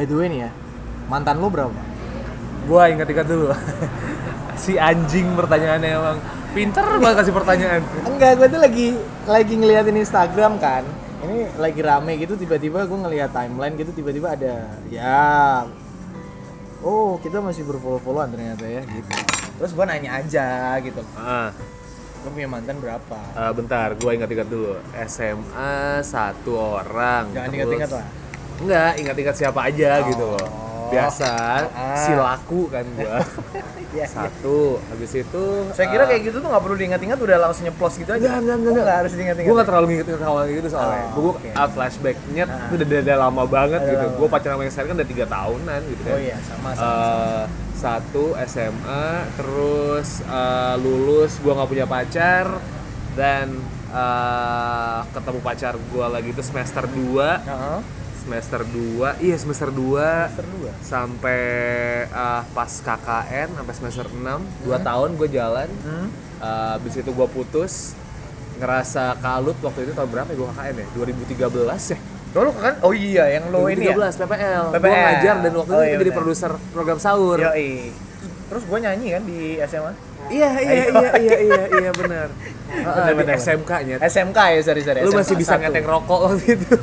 By the way nih ya, mantan lo berapa? Gua ingat-ingat dulu. Si anjing pertanyaannya emang pinter banget kasih pertanyaan. Enggak, gue tuh lagi ngeliatin Instagram kan. Ini lagi rame gitu, tiba-tiba gue ngeliat timeline gitu, tiba-tiba ada ya, oh kita masih berfollow-followan ternyata ya gitu. Terus gue nanya aja gitu, lo punya mantan berapa? Bentar, gua ingat-ingat dulu. SMA 1 orang. Jangan terus- ingat-ingat lah. Enggak, ingat-ingat siapa aja gitu loh. Biasa, si Ah. laku kan gua. Iya, Satu, habis itu Saya kira kayak gitu tuh nggak perlu diingat-ingat, udah langsung nyeplos gitu aja. Enggak. Nggak harus diingat-ingat. Gue gak terlalu ngingetin hal gitu soalnya. Oh, Gue oke. flashbacknya tuh udah lama banget Udah gitu. lama. Gue pacaran sama yang sekarang kan udah 3 tahunan gitu kan. Oh iya, sama. Satu SMA, terus lulus gue nggak punya pacar, dan ketemu pacar gue lagi itu semester 2. Semester 2 sampai pas KKN sampai semester 6, 2 tahun gue jalan. Abis itu gue putus, ngerasa kalut. Waktu itu tahun berapa ya gue KKN ya? 2013 ya? Lo kan? Oh iya, yang lo ini ya? 2013 PPL. Gue PPL. ngajar dan waktu itu Oh, gue iya, jadi benar. produser program sahur. Yoi. Terus gue nyanyi kan di SMA? Iya benar. Benar. SMK-nya. SMK ya, sorry. Lu SMK masih bisa 1. ngeteng rokok waktu itu.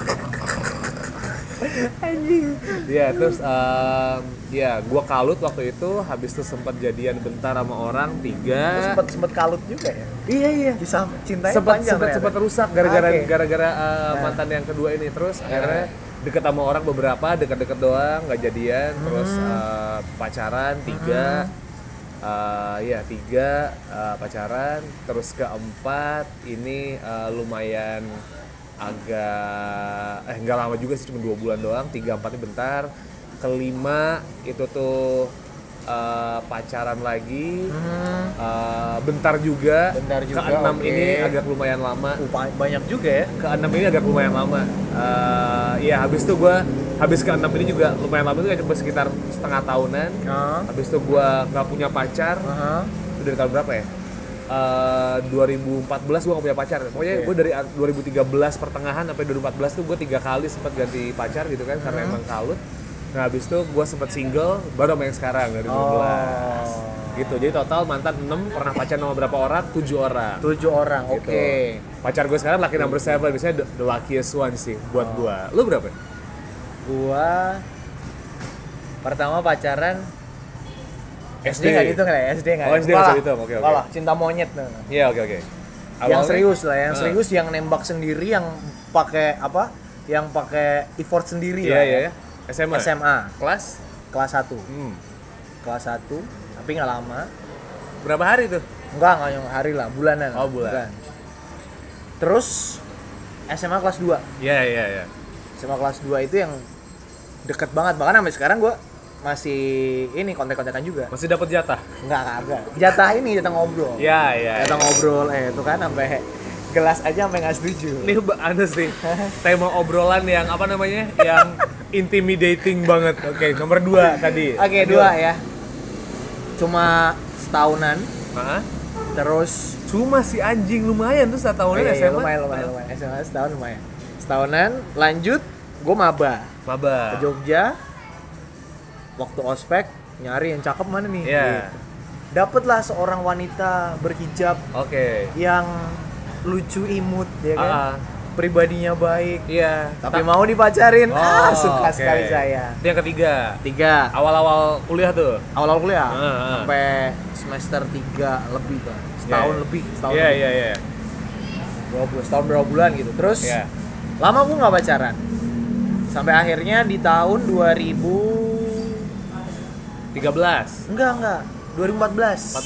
Anjing. Iya, terus ya gua kalut waktu itu, habis itu sempat jadian bentar sama orang 3. Lu sempet kalut juga ya? Iya. Bisa cintanya panjang Sempat ternyata. rusak gara-gara mantan yang kedua ini. Terus akhirnya deket sama orang beberapa, deket-deket doang, nggak jadian. Terus pacaran 3. Pacaran. Terus keempat ini lumayan agak nggak lama juga sih, cuma 2 bulan doang. 3, 4 ini bentar. Kelima itu tuh pacaran lagi, bentar juga. Keenam oke. ini agak lumayan lama. Banyak juga ya? Keenam ini agak lumayan lama. Habis itu gue habis keenam ini juga lumayan lama, itu cuma sekitar setengah tahunan. Habis itu gue nggak punya pacar. Itu dari tahun berapa ya? 2014 gue gak punya pacar. Pokoknya gue dari 2013 pertengahan sampai 2014 tuh gue 3 kali sempat ganti pacar gitu kan, karena emang kalut. Nah habis itu gue sempat single baru sama yang sekarang dari 2012 gitu. Jadi total mantan 6, pernah pacaran sama berapa orang? 7 orang. 7 orang, Gitu. oke. Pacar gue sekarang lucky number 7, biasanya the luckiest one sih buat gue. Lu berapa? Gua pertama pacaran SD nggak gitu nggak ya? SD nggak? Oh, SD nggak gitu, oke. Malah cinta monyet tuh. Iya, oke. Yang serius lah, yang serius, yang nembak sendiri, yang pakai apa? Yang pakai effort sendiri lah. Iya. SMA? Kelas? Kelas 1. Kelas 1, tapi nggak lama. Berapa hari tuh? Enggak yang hari lah, bulanan. Oh, bulan. Terus SMA kelas 2. Iya. SMA kelas 2 itu yang deket banget, bahkan sampai sekarang gua masih ini kontak-kontakan juga. Masih dapat jatah? Enggak. Jatah ngobrol. Iya. Jatah ngobrol, itu kan sampai gelas aja sampai nggak setuju. Ini honest nih, tema obrolan yang apa namanya, yang intimidating banget. Oke, nomor 2 tadi. Oke, 2 ya. Cuma setahunan. Terus Cuma si anjing lumayan tuh 1 tahunan iya, SMA. lumayan. SMA setahun lumayan. Setahunan, lanjut gue maba ke Jogja. Waktu ospek nyari yang cakep mana nih? Iya. Gitu. Dapatlah seorang wanita berhijab yang lucu, imut ya kan. Pribadinya baik. Iya. Tapi mau dipacarin. Suka oke. sekali saya. Itu yang ketiga. 3. Awal-awal kuliah tuh. Awal kuliah sampai semester 3 lebih kan. Setahun lebih. Iya. 20 tahun berapa bulan gitu. Terus Iya. lama gue nggak pacaran. Sampai akhirnya di tahun 13. Enggak. 2014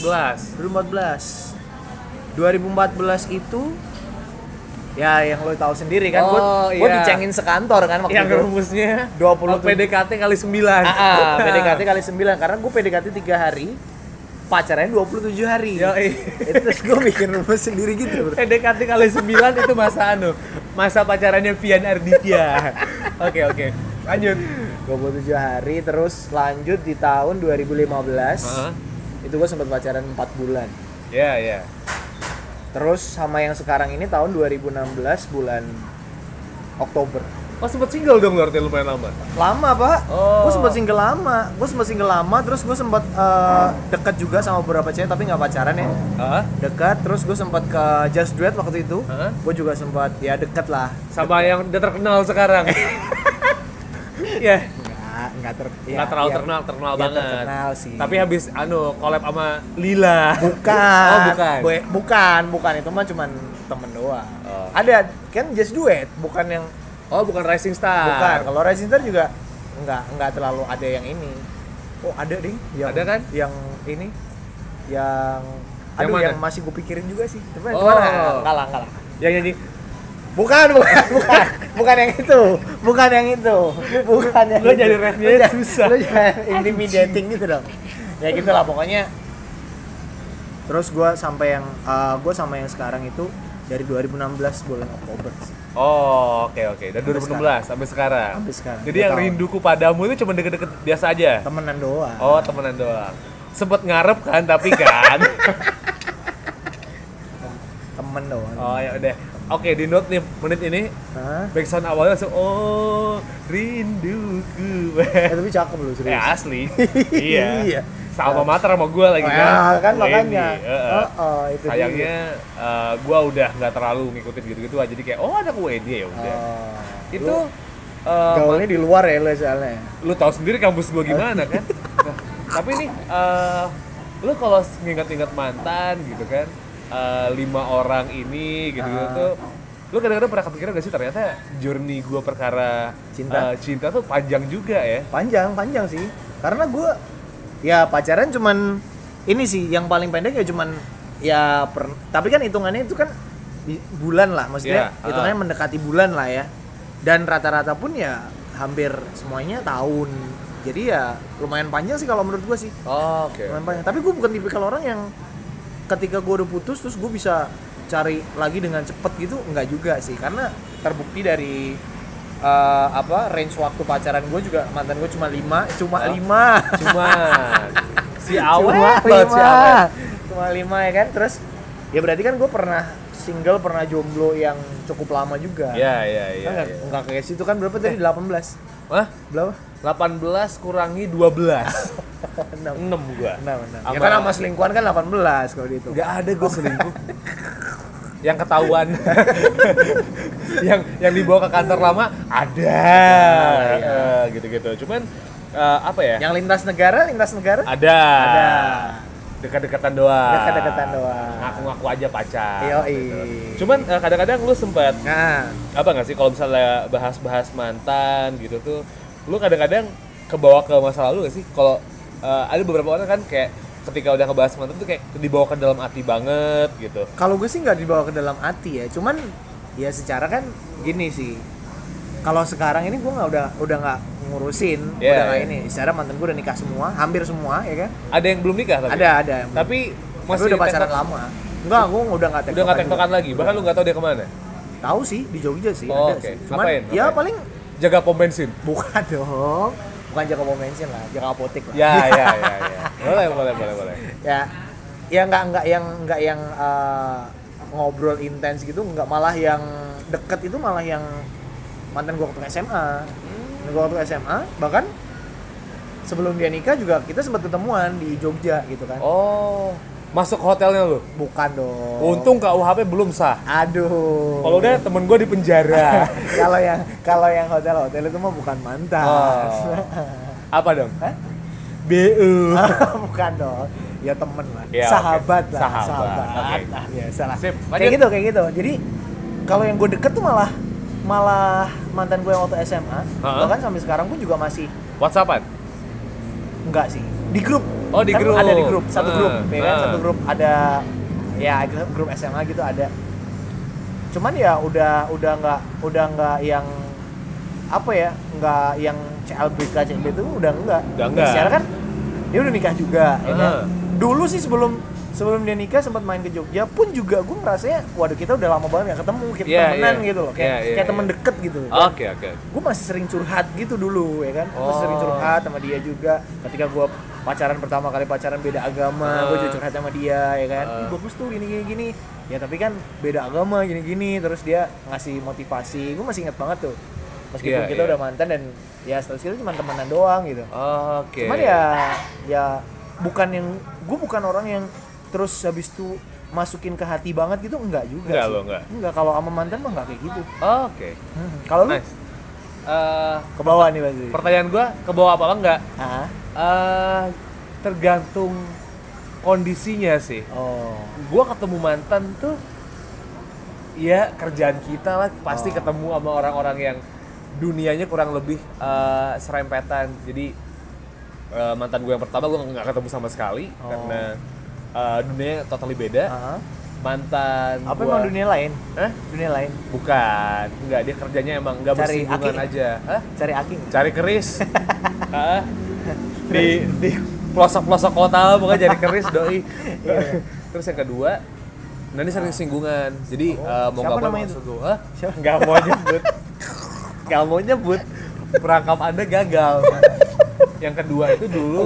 itu ya yang lo tahu sendiri kan, gue dicengin sekantor kan waktu yang itu. rumusnya 20 PDKT kali 9. PDKT kali 9 karena gue PDKT 3 hari, pacarnya 27 hari. Terus gue bikin rumus sendiri gitu. PDKT kali 9 itu masa pacarannya Vian Arditya. Oke. Lanjut. 27 hari, terus lanjut di tahun 2015. Itu gue sempat pacaran 4 bulan. Iya. Terus sama yang sekarang ini tahun 2016 bulan Oktober. Oh sempet single dong berarti lumayan lama. Lama pak, Oh. gue sempet single lama, terus gue sempet dekat juga sama beberapa cewek tapi nggak pacaran ya. Dekat, terus gue sempat ke Just Duet waktu itu, gue juga sempat ya dekat lah. Sama yang udah terkenal sekarang. Iya. Nggak terlalu ya, terkenal ya, banget. terkenal sih. Tapi habis collab sama Lila. Bukan. Oh, bukan. Bukan itu mah cuman temen doang. Oh. Ada kan Just Duet, bukan yang Oh, bukan Rising Star. bukan. Kalau Rising Star juga nggak terlalu ada yang ini. Oh, ada ding. Ada kan? Yang ini yang Yang mana? yang masih gue pikirin juga sih. Tapi Oh. kalah. Yang nyanyi Bukan yang itu. Bukan yang itu. Lo jadi refnya susah. Lo jangan intimidating gitu dong. Ya gitu lah pokoknya. Terus gue sampai yang sama yang sekarang itu dari 2016 bulan Oktober sih. Oh, oke. Dari 2016 sampai sekarang. Sampai sekarang. Jadi yang rinduku padamu itu cuma deket-deket biasa aja. Temenan doang. Oh, temenan doang. Sempet ngarep kan, tapi kan. Temen doang. Oh, ya udah. Oke, di note nih menit ini. Hah? Backsound awalnya langsung rinduku. Tapi cakep lu serius. Asli. Iya. Iya. Sama mater sama gue lagi kan. Ya, kan Wendy. makanya. Itu Sayangnya gue udah nggak terlalu ngikutin gitu-gitu aja. Jadi kayak ada WD ya udah. Itu gaulnya di luar ya lo soalnya. lu tahu sendiri kampus gue gimana kan. Nah, tapi nih lu kalau nginget-inget mantan gitu kan, 5 orang ini gitu tuh, lu kadang-kadang pernah kepikiran gak sih ternyata journey gue perkara cinta tuh panjang juga ya? Panjang sih. Karena gue ya pacaran cuman ini sih yang paling pendek ya cuman ya tapi kan hitungannya itu kan bulan lah, maksudnya hitungannya mendekati bulan lah ya. Dan rata-rata pun ya hampir semuanya tahun. Jadi ya lumayan panjang sih kalau menurut gue sih. Oh, oke. Lumayan panjang. Tapi gue bukan tipikal orang yang ketika gue udah putus terus gue bisa cari lagi dengan cepet gitu, enggak juga sih. Karena terbukti dari range waktu pacaran gue juga mantan gue cuma 5 si awet cuma 5 ya kan. Terus ya berarti kan gue pernah single, pernah jomblo yang cukup lama juga. Iya. Enggak kayak situ kan berapa tadi 18. Hah? Berapa? 18 kurangi 12. 6 gua. 6. Ya kan sama selingkuhan kan 18 kalau gitu. Enggak ada gua selingkuh. Yang ketahuan. yang dibawa ke kantor lama ada. Gitu-gitu. Cuman apa ya? Yang lintas negara? Ada. Ada. Dekat-dekatan doang. Ngaku-ngaku aja pacar. Gitu. Cuman kadang-kadang lu sempat apa nggak sih kalau misalnya bahas-bahas mantan gitu tuh, lu kadang-kadang kebawa ke masa lalu nggak sih? Kalau ada beberapa orang kan kayak ketika udah ngebahas mantan tuh kayak dibawa ke dalam hati banget gitu. Kalau gue sih nggak dibawa ke dalam hati ya, cuman ya secara kan gini sih. Kalau sekarang ini gue udah nggak ngurusin, udah nggak ini. Secara mantan gue udah nikah semua, hampir semua ya kan. Ada yang belum nikah tapi? Ada. Tapi masih udah pacaran lama. Enggak, gue udah nggak tektokan. Udah nggak tektokan lagi, bahkan lu nggak tahu dia kemana? Tahu sih, di Jogja sih ada sih. Cuman ya paling jaga pom bensin. Bukan dong. Bukan jaga pom bensin lah, jaga apotek lah. Ya. Boleh. Ya nggak yang ngobrol intens gitu, nggak, malah yang deket itu malah yang mantan gue waktu SMA. Bahkan sebelum dia nikah juga kita sempat ketemuan di Jogja gitu kan. Oh, masuk hotelnya lu? Bukan dong. Untung KUHP belum sah. Aduh. Kalau udah temen gue di penjara. Kalau yang hotel itu mah bukan mantan. Oh. Apa dong? Hah? BU. Bukan dong. Ya temen lah. Ya, sahabat okay. lah. Sahabat. Okay. Nah, biasa lah. Sip, Kayak gitu. Jadi kalau yang gue deket tuh malah mantan gue yang waktu SMA. Bahkan sampai sekarang pun juga masih WhatsAppan? Enggak sih. Di grup. Oh, di kan grup. Ada di grup, satu grup, ya kan? Satu grup ada ya grup SMA gitu ada. Cuman ya udah enggak yang apa ya? Enggak yang CLBK itu udah enggak. Sekarang kan dia udah nikah juga, ya kan? Dulu sih sebelum dia nikah sempat main ke Jogja pun juga gue ngerasanya waduh kita udah lama banget gak ketemu, kita temenan gitu loh, kayak temen deket gitu. Oke. Gue masih sering curhat gitu dulu ya kan, masih sering curhat sama dia juga. Ketika gue pertama kali pacaran beda agama, gue juga curhat sama dia ya kan. Bagus tuh gini. Ya tapi kan beda agama gini. Terus dia ngasih motivasi, gue masih inget banget tuh. meskipun kita udah mantan dan ya status kita cuma temenan doang gitu. Oke. Cuman ya bukan yang gue bukan orang yang terus habis itu masukin ke hati banget gitu, enggak juga. Enggak sih. lo, enggak. Enggak, kalau sama mantan mah enggak kayak gitu. Oke. Kalau lu Nice. ke bawah nih pasti. Pertanyaan gue ke bawah apa enggak? Tergantung kondisinya sih. Oh. Gue ketemu mantan tuh ya kerjaan kita lah, pasti ketemu sama orang-orang yang dunianya kurang lebih serempetan. Jadi mantan gue yang pertama gue nggak ketemu sama sekali karena dunianya totally beda. Mantan Apa gua, emang dunia lain? Hah? Dunia lain? Bukan, enggak, dia kerjanya emang nggak Cari bersinggungan aki? aja. Hah? Cari Aki? Cari keris. Hah? di pelosok-pelosok kota pokoknya cari keris doi. Terus yang kedua, nah ini sering singgungan. Jadi mau Siapa nggak mau namanya maksud itu? gue, nggak mau nyebut, nggak mau nyebut. Perangkap Anda gagal. Yang kedua itu dulu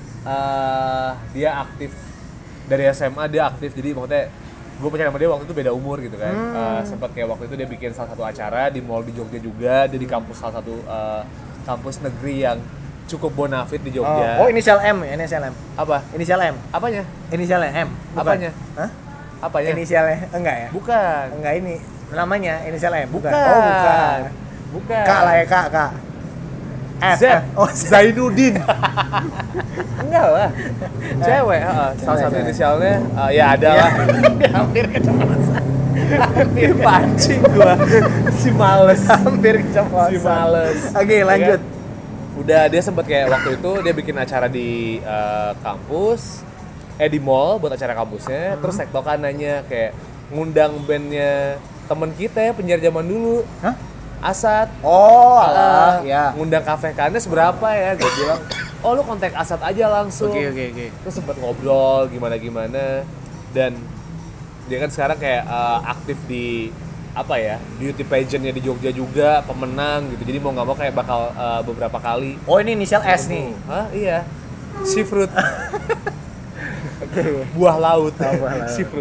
dia aktif dari SMA, dia aktif, jadi maksudnya gue pacaran sama dia waktu itu beda umur gitu kan. Sempat kayak waktu itu dia bikin salah satu acara di mall di Jogja juga, dia di kampus salah satu kampus negeri yang cukup bonafit di Jogja. Oh, inisial M ya, inisial M. Apa? Inisial M. Apanya? Inisialnya M. Bukan? Apanya? Hah? Apanya? Inisialnya enggak ya? Bukan. Enggak, ini namanya inisial M. Bukan. Oh, bukan. Bukan. K lah ya, K. F. Z. F. Oh, Zainuddin. Enggak lah. Cewek, salah satu cewek. inisialnya ya ada lah. Hampir keceplosan. Hampir pancing gua. Si males. Hampir keceplosan. Si males. Oke, lanjut. Udah, dia sempat kayak waktu itu dia bikin acara di kampus, di mall buat acara kampusnya. Terus tektokan nanya kayak ngundang bandnya temen kita ya, penyiar zaman dulu. Hah? Asad. Oh, alah, ya. Ngundang Cafe Kanes berapa ya? Gue bilang, oh lu kontak Asad aja langsung. Oke. Terus sempat ngobrol gimana dan dia kan sekarang kayak aktif di apa ya, beauty pageantnya di Jogja juga, pemenang gitu. Jadi mau nggak mau kayak bakal beberapa kali. Oh, ini inisial S nih. Hah? Iya. Seafruit. Buah laut. Seafruit.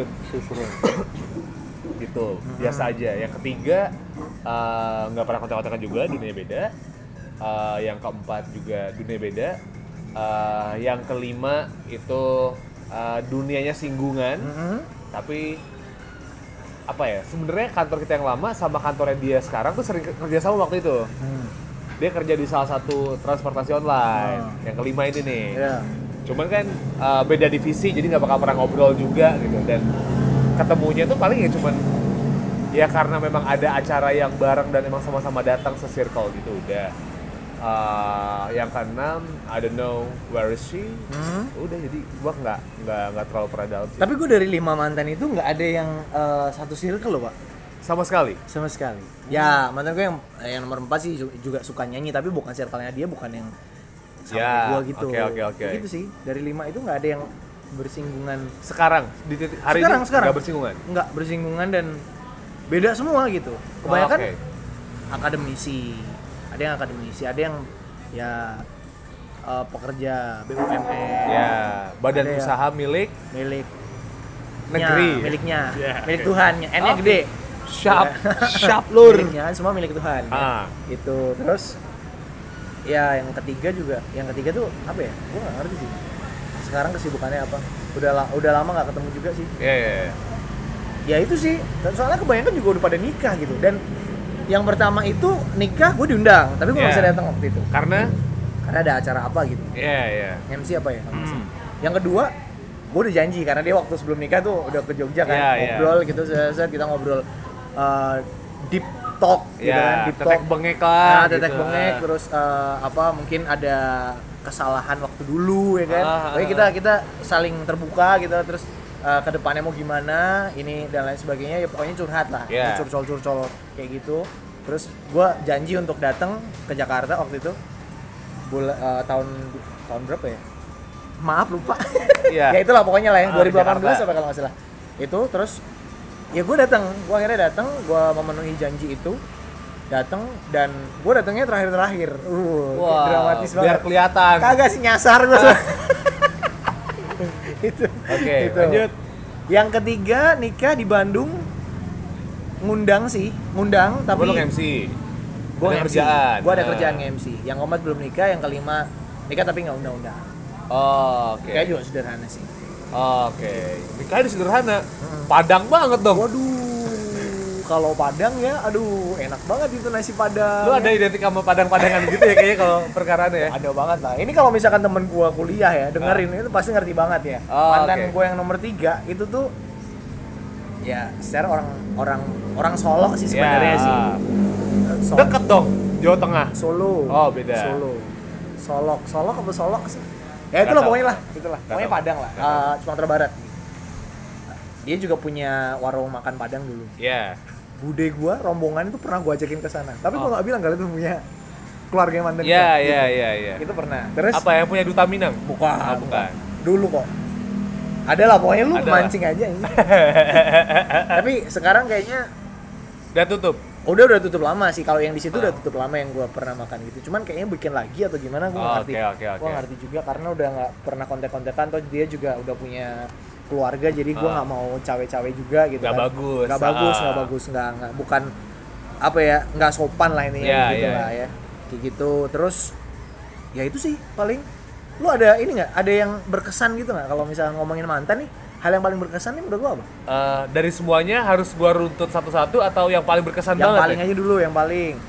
Gitu. Biasa aja. Yang ketiga nggak pernah kontak-kontakan juga, dunia beda. Yang keempat juga dunia beda. Yang kelima itu dunianya singgungan. Tapi apa ya, sebenarnya kantor kita yang lama sama kantornya dia sekarang tuh sering kerja sama waktu itu. Dia kerja di salah satu transportasi online. Yang kelima ini nih. Yeah. Cuman kan beda divisi, jadi nggak bakal pernah ngobrol juga gitu. Dan ketemunya tuh paling ya cuman ya karena memang ada acara yang bareng dan emang sama-sama datang se-circle gitu udah. Yang keenam, I don't know where is she. Udah, jadi gua nggak terlalu pernah dalam sih. Tapi gue dari 5 mantan itu nggak ada yang satu circle loh, Pak. Sama sekali. Sama sekali. Ya, mantan gue yang nomor 4 sih juga suka nyanyi, tapi bukan circle-nya dia, bukan yang sama Ya, gue gitu. oke. Gitu sih. Dari 5 itu nggak ada yang bersinggungan. Sekarang di hari Sekarang. ini nggak bersinggungan. Nggak bersinggungan dan beda semua gitu. Kebanyakan Oke. akademisi. Ada yang akademisi, ada yang ya pekerja BUMN. Ya, badan Ada ya. usaha milik Milik negeri. miliknya, Ya. milik Tuhan. N-nya Oke. gede. Sharp lur. Miliknya semua milik Tuhan. Ah. Gitu. Terus ya yang ketiga tuh apa ya? Gue nggak ngerti sih. Sekarang kesibukannya apa? Udah lama nggak ketemu juga sih. Ya. Ya itu sih. Soalnya kebanyakan juga udah pada nikah gitu. Dan yang pertama itu nikah gue diundang, tapi gue nggak bisa datang waktu itu. Karena Ada acara apa gitu. ya. MC apa ya? Yang kedua, gue udah janji karena dia waktu sebelum nikah tuh udah ke Jogja kan, ngobrol gitu, set kita ngobrol deep talk gitu kan, deep tetek talk. bengek lah. Tetek gitu. bengek, terus mungkin ada kesalahan waktu dulu ya kan. Pokoknya kita saling terbuka gitu, terus ke depannya mau gimana, ini dan lain sebagainya, ya pokoknya curhat lah, curcol kayak gitu. Terus gue janji untuk datang ke Jakarta waktu itu tahun berapa ya? Maaf lupa. Iya. Ya itulah pokoknya lah ya, 2018 Jakarta. apa kalau nggak salah. Itu terus ya gue akhirnya datang, gue memenuhi janji itu. Datang dan gue datangnya terakhir. Wah, dramatis banget. biar kelihatan. Kagak sih, nyasar gue. Itu. Oke, itu. lanjut. Yang ketiga nikah di Bandung, ngundang tapi Gue MC. Gue Ada MC. kerjaan. Gue ada kerjaan nge-MC. Yang keempat belum nikah, yang kelima nikah tapi nggak undang-undang. Oh, oke. Kayak juga sederhana sih. Oke. Nikahnya sederhana. Padang banget dong. Waduh, kalau Padang ya, aduh enak banget itu nasi Padang. Lu ada identik sama Padang-Padangan gitu ya kayaknya kalau perkaraannya ya? Ada banget lah. Ini kalau misalkan temen gua kuliah ya, dengerin itu pasti ngerti banget ya. Oh, Mantan oke. gua yang nomor 3 itu tuh ya secara orang Solo sih sebenarnya Ya. sih. Deket dong, Jawa Tengah. Solo. Oh, beda. Solok apa Solok sih? Ya itulah tahu. pokoknya lah, itulah. Nggak Pokoknya tahu. Padang lah, Nggak tahu. Sumatera Barat. Dia juga punya warung makan Padang dulu. Iya. Bude gua rombongan itu pernah gua ajakin ke sana. Tapi gua nggak bilang kalau itu punya keluarga mantan Iya, gua, iya, gitu. iya. Itu pernah. Terus Apa yang punya Duta Minang? bukan, Oh, bukan. Dulu kok. Ada lah pokoknya lu Ada mancing aja ini. Tapi sekarang kayaknya Udah tutup. udah tutup lama sih. Kalau yang di situ udah tutup lama yang gua pernah makan gitu. Cuman kayaknya bikin lagi atau gimana gua Oh, nggak ngerti. oke. Gua ngerti juga karena udah nggak pernah kontak-kontakan atau dia juga udah punya keluarga jadi gua nggak mau cawe-cawe juga gitu. Nggak kan. bagus. Nggak bagus, nggak bukan apa ya, nggak sopan lah ini Iya, gitu iya. lah ya. Kayak gitu. Terus ya itu sih paling. Lu ada ini nggak? Ada yang berkesan gitu nggak kalau misalnya ngomongin mantan nih? Hal yang paling berkesan nih menurut lu apa? Dari semuanya harus gua runtut satu-satu atau yang paling berkesan Yang banget? paling aja dulu, yang paling.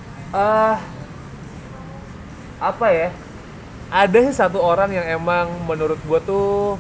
Apa ya? Ada sih satu orang yang emang menurut gua tuh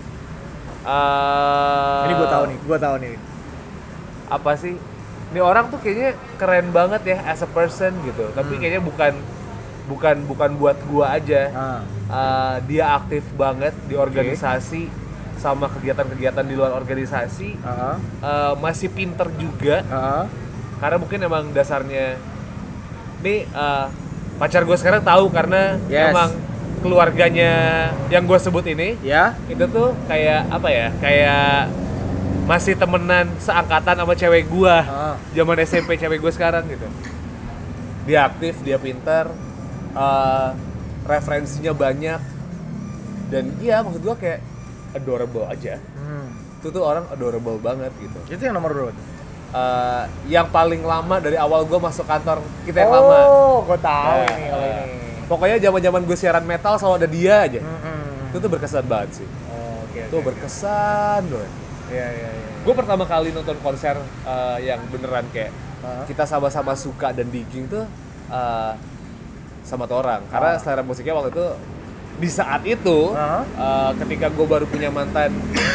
Ini gua tahu nih. apa sih? Ini orang tuh kayaknya keren banget ya as a person gitu. Tapi kayaknya bukan buat gua aja. Dia aktif banget di organisasi sama kegiatan-kegiatan di luar organisasi. Masih pinter juga. Karena mungkin emang dasarnya ini pacar gue sekarang tahu karena Yes. emang keluarganya yang gue sebut ini Ya. itu tuh kayak apa ya, kayak masih temenan seangkatan sama cewek gue zaman SMP cewek gue sekarang gitu. Dia aktif, dia pinter, referensinya banyak, dan iya maksud gue kayak adorable aja. Itu tuh orang adorable banget gitu. Itu yang nomor berapa tuh? Yang paling lama dari awal gue masuk kantor kita yang lama. Oh, gua tahu Ya, ini kalau ini. Pokoknya zaman-zaman gue siaran metal selalu ada dia aja. Itu tuh berkesan banget sih. Oh, oke. Itu berkesan banget. Iya. Gue pertama kali nonton konser yang beneran kayak kita sama-sama suka dan digging tuh sama tuh orang. Karena selera musiknya waktu itu di saat itu ketika gue baru punya mantan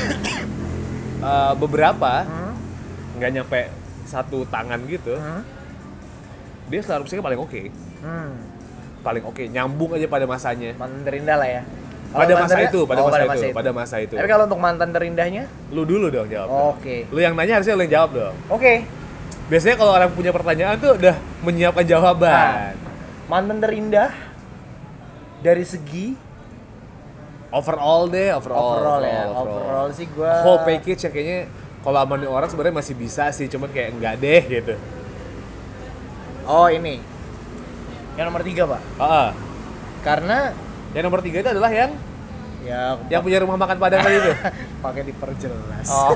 beberapa, nggak nyampe satu tangan gitu, dia selera musiknya paling oke. Paling oke, nyambung aja pada masanya. Mantan terindah lah ya. Pada masa itu. Tapi kalau untuk mantan terindahnya? Lu dulu dong jawab. Oke. Lu yang nanya harusnya lu yang jawab dong. Oke. Biasanya kalau orang punya pertanyaan tuh udah menyiapkan jawaban. Mantan terindah dari segi Overall ya. Overall sih gua whole package ya kayaknya kalau sama nih orang sebenarnya masih bisa sih, cuman kayak enggak deh gitu. Oh, ini. Yang nomor 3, Pak. Karena Yang nomor 3 itu adalah yang ya punya rumah makan Padang tadi itu. pakai diperjelas. Oh.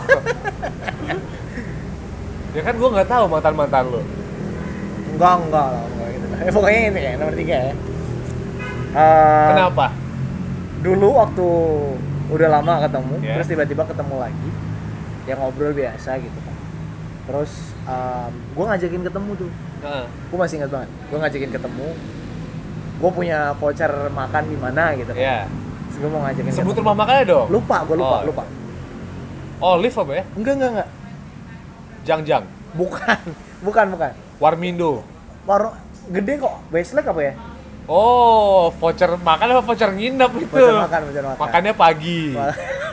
Ya kan gue nggak tahu mantan lu. Enggak gitu. Pokoknya ini ya, nomor 3 ya. Kenapa? Dulu waktu udah lama ketemu, Yeah. terus tiba-tiba ketemu lagi, ya ngobrol biasa gitu kan. Terus gue ngajakin ketemu tuh, gue masih ingat banget. Gue ngajakin ketemu, gue punya voucher makan di mana gitu kan. Iya. Terus gue mau ngajakin Sebut ketemu. rumah makannya dong. Lupa. Oh, Live apa ya? Enggak. Jangjang. Bukan. Warmindo. Warung gede kok, Westlake apa ya? Oh, voucher makan apa voucher nginep itu? Voucher makan. Makannya pagi. Wah.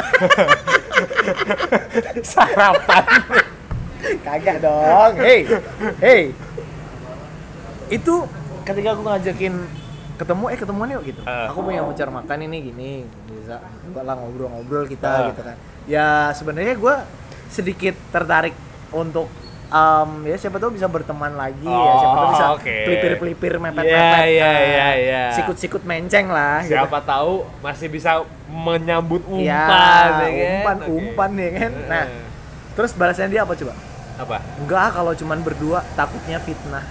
Sarapan. Kagak dong. Hey. Itu ketika aku ngajakin ketemuan yuk gitu. Aku punya voucher makan ini gini. Bisa lah ngobrol-ngobrol kita gitu kan. Ya sebenarnya gue sedikit tertarik untuk ya siapa tahu bisa berteman lagi ya, siapa tahu bisa pelipir-pelipir mepet-mepet. Iya. Sikut-sikut menceng lah gitu. Siapa tahu masih bisa menyambut umpan Ya, kan? umpan ya kan. Nah, terus balasannya dia apa coba? Apa? Enggak, kalau cuman berdua takutnya fitnah.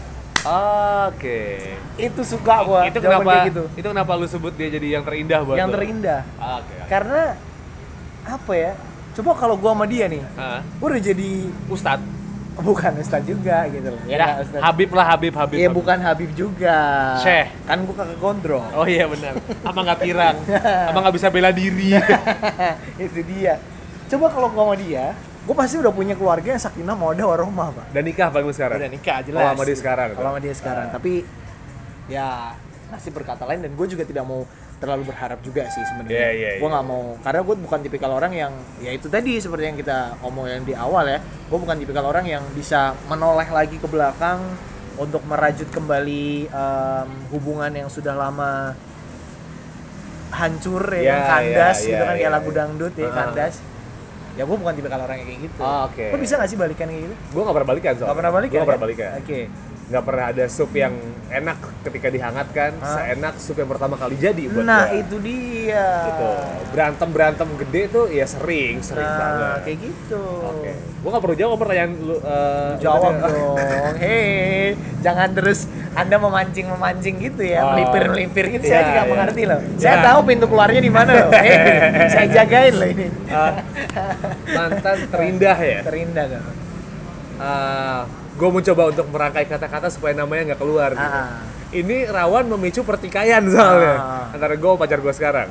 Oke. Itu suka gua. Itu jawaban kenapa? kayak gitu. Itu kenapa lu sebut dia jadi yang terindah buat Yang lu? terindah. Oke. Karena apa ya? Coba kalau gua sama dia nih, Hah? gua udah jadi Ustadz. bukan ustadz juga gitu loh. Ya, nggak ustadz. Habib lah, Habib. Iya bukan Habib juga. Syekh. Kan gua kakak gondrong. Oh iya benar. Ama nggak pirang. Ama nggak bisa bela diri. Itu dia. Coba kalau gua sama dia, gua pasti udah punya keluarga yang sakinah mawaddah warahmah, Pak. Dan nikah paling lu sekarang? Udah nikah jelas. Kalau sama dia sekarang? Kalau sama dia sekarang. Tapi ya nasib berkata lain, dan gue juga tidak mau terlalu berharap juga sih sebenarnya. Iya. Gue nggak mau, karena gue bukan tipikal orang yang ya itu tadi seperti yang kita omongin di awal ya. Gue bukan tipikal orang yang bisa menoleh lagi ke belakang untuk merajut kembali hubungan yang sudah lama hancur ya, yang kandas gitu kan, kayak lagu dangdut ya, kandas. Ya gue bukan tipikal orang yang kayak gitu. Oke. Lo bisa gak sih balikan kayak gitu? Gue nggak pernah balikan soalnya. Gak pernah balikan? Gue nggak pernah balikan. Oke. Nggak pernah ada sup yang enak ketika dihangatkan seenak sup yang pertama kali jadi buat Nah gua. itu dia. Gitu. Berantem gede tuh ya sering banget. Kayak gitu. Oke. Gue nggak perlu jawab pertanyaan lu. Jawab tadi. dong. Hei, jangan terus Anda memancing gitu ya, Oh. melipir gitu. Iya, Saya juga iya. mengerti loh. Iya. Saya tahu pintu keluarnya di mana loh. Hei, saya jagain loh ini. Mantan terindah ya. Terindah kan. Gue mencoba untuk merangkai kata-kata supaya namanya nggak keluar. Gitu. Ini rawan memicu pertikaian soalnya antara gue sama pacar gue sekarang.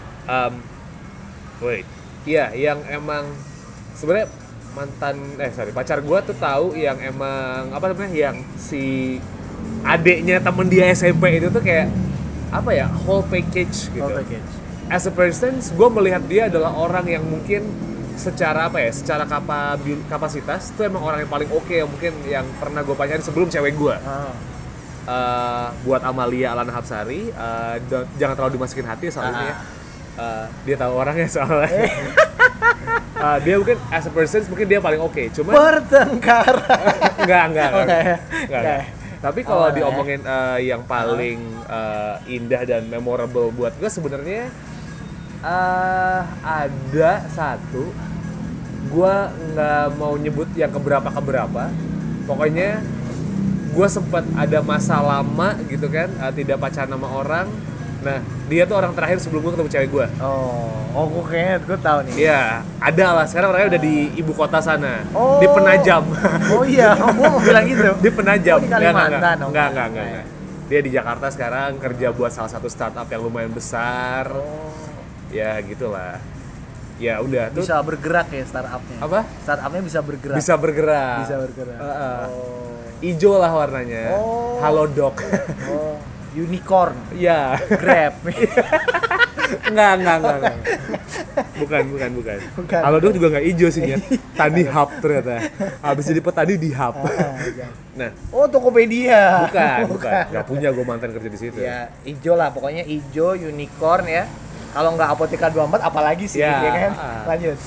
Wait, iya yang emang sebenarnya pacar gue tuh tahu yang emang apa namanya, yang si adeknya temen dia SMP itu tuh kayak apa ya, whole package gitu. Whole package. As a person, gue melihat dia adalah orang yang mungkin secara apa ya, secara kapasitas tuh emang orang yang paling oke yang mungkin yang pernah gue pacarin sebelum cewek gue. Buat Amalia Alana Hapsari, jangan terlalu dimasukin hati soal ini ya. Dia tahu orangnya soalnya. Dia mungkin as a person mungkin dia paling oke, cuma Bertengkar. enggak. Oke. Tapi kalau diomongin yang paling indah dan memorable buat gue sebenarnya ada satu, gue nggak mau nyebut yang keberapa, pokoknya gue sempat ada masa lama gitu kan, tidak pacaran sama orang. Nah dia tuh orang terakhir sebelum gue ketemu cewek gue. Gue kayaknya gue tahu nih. Iya, ada lah, sekarang orangnya udah di ibu kota sana, Oh. di Penajam. Oh iya, gue mau bilang gitu. Di Penajam. Oh, di Kalimantan. Enggak. Dia di Jakarta sekarang kerja buat salah satu startup yang lumayan besar. Ya gitulah. Ya udah tuh. Bisa bergerak ya startupnya. Apa? Startupnya bisa bergerak. Bisa bergerak. Ijo lah warnanya. Halodoc. Unicorn. Iya. Grab. Enggak. Bukan. Halodoc juga enggak ijo sih ya. Tani Hub ternyata. Habis jadi petani di Hub. Nah, Tokopedia. bukan. Enggak punya gue mantan kerja di situ. Ya, ijo lah, pokoknya ijo, unicorn ya. Kalau nggak Apotheka 24 apalagi sih, Ya. ya kan? Lanjut.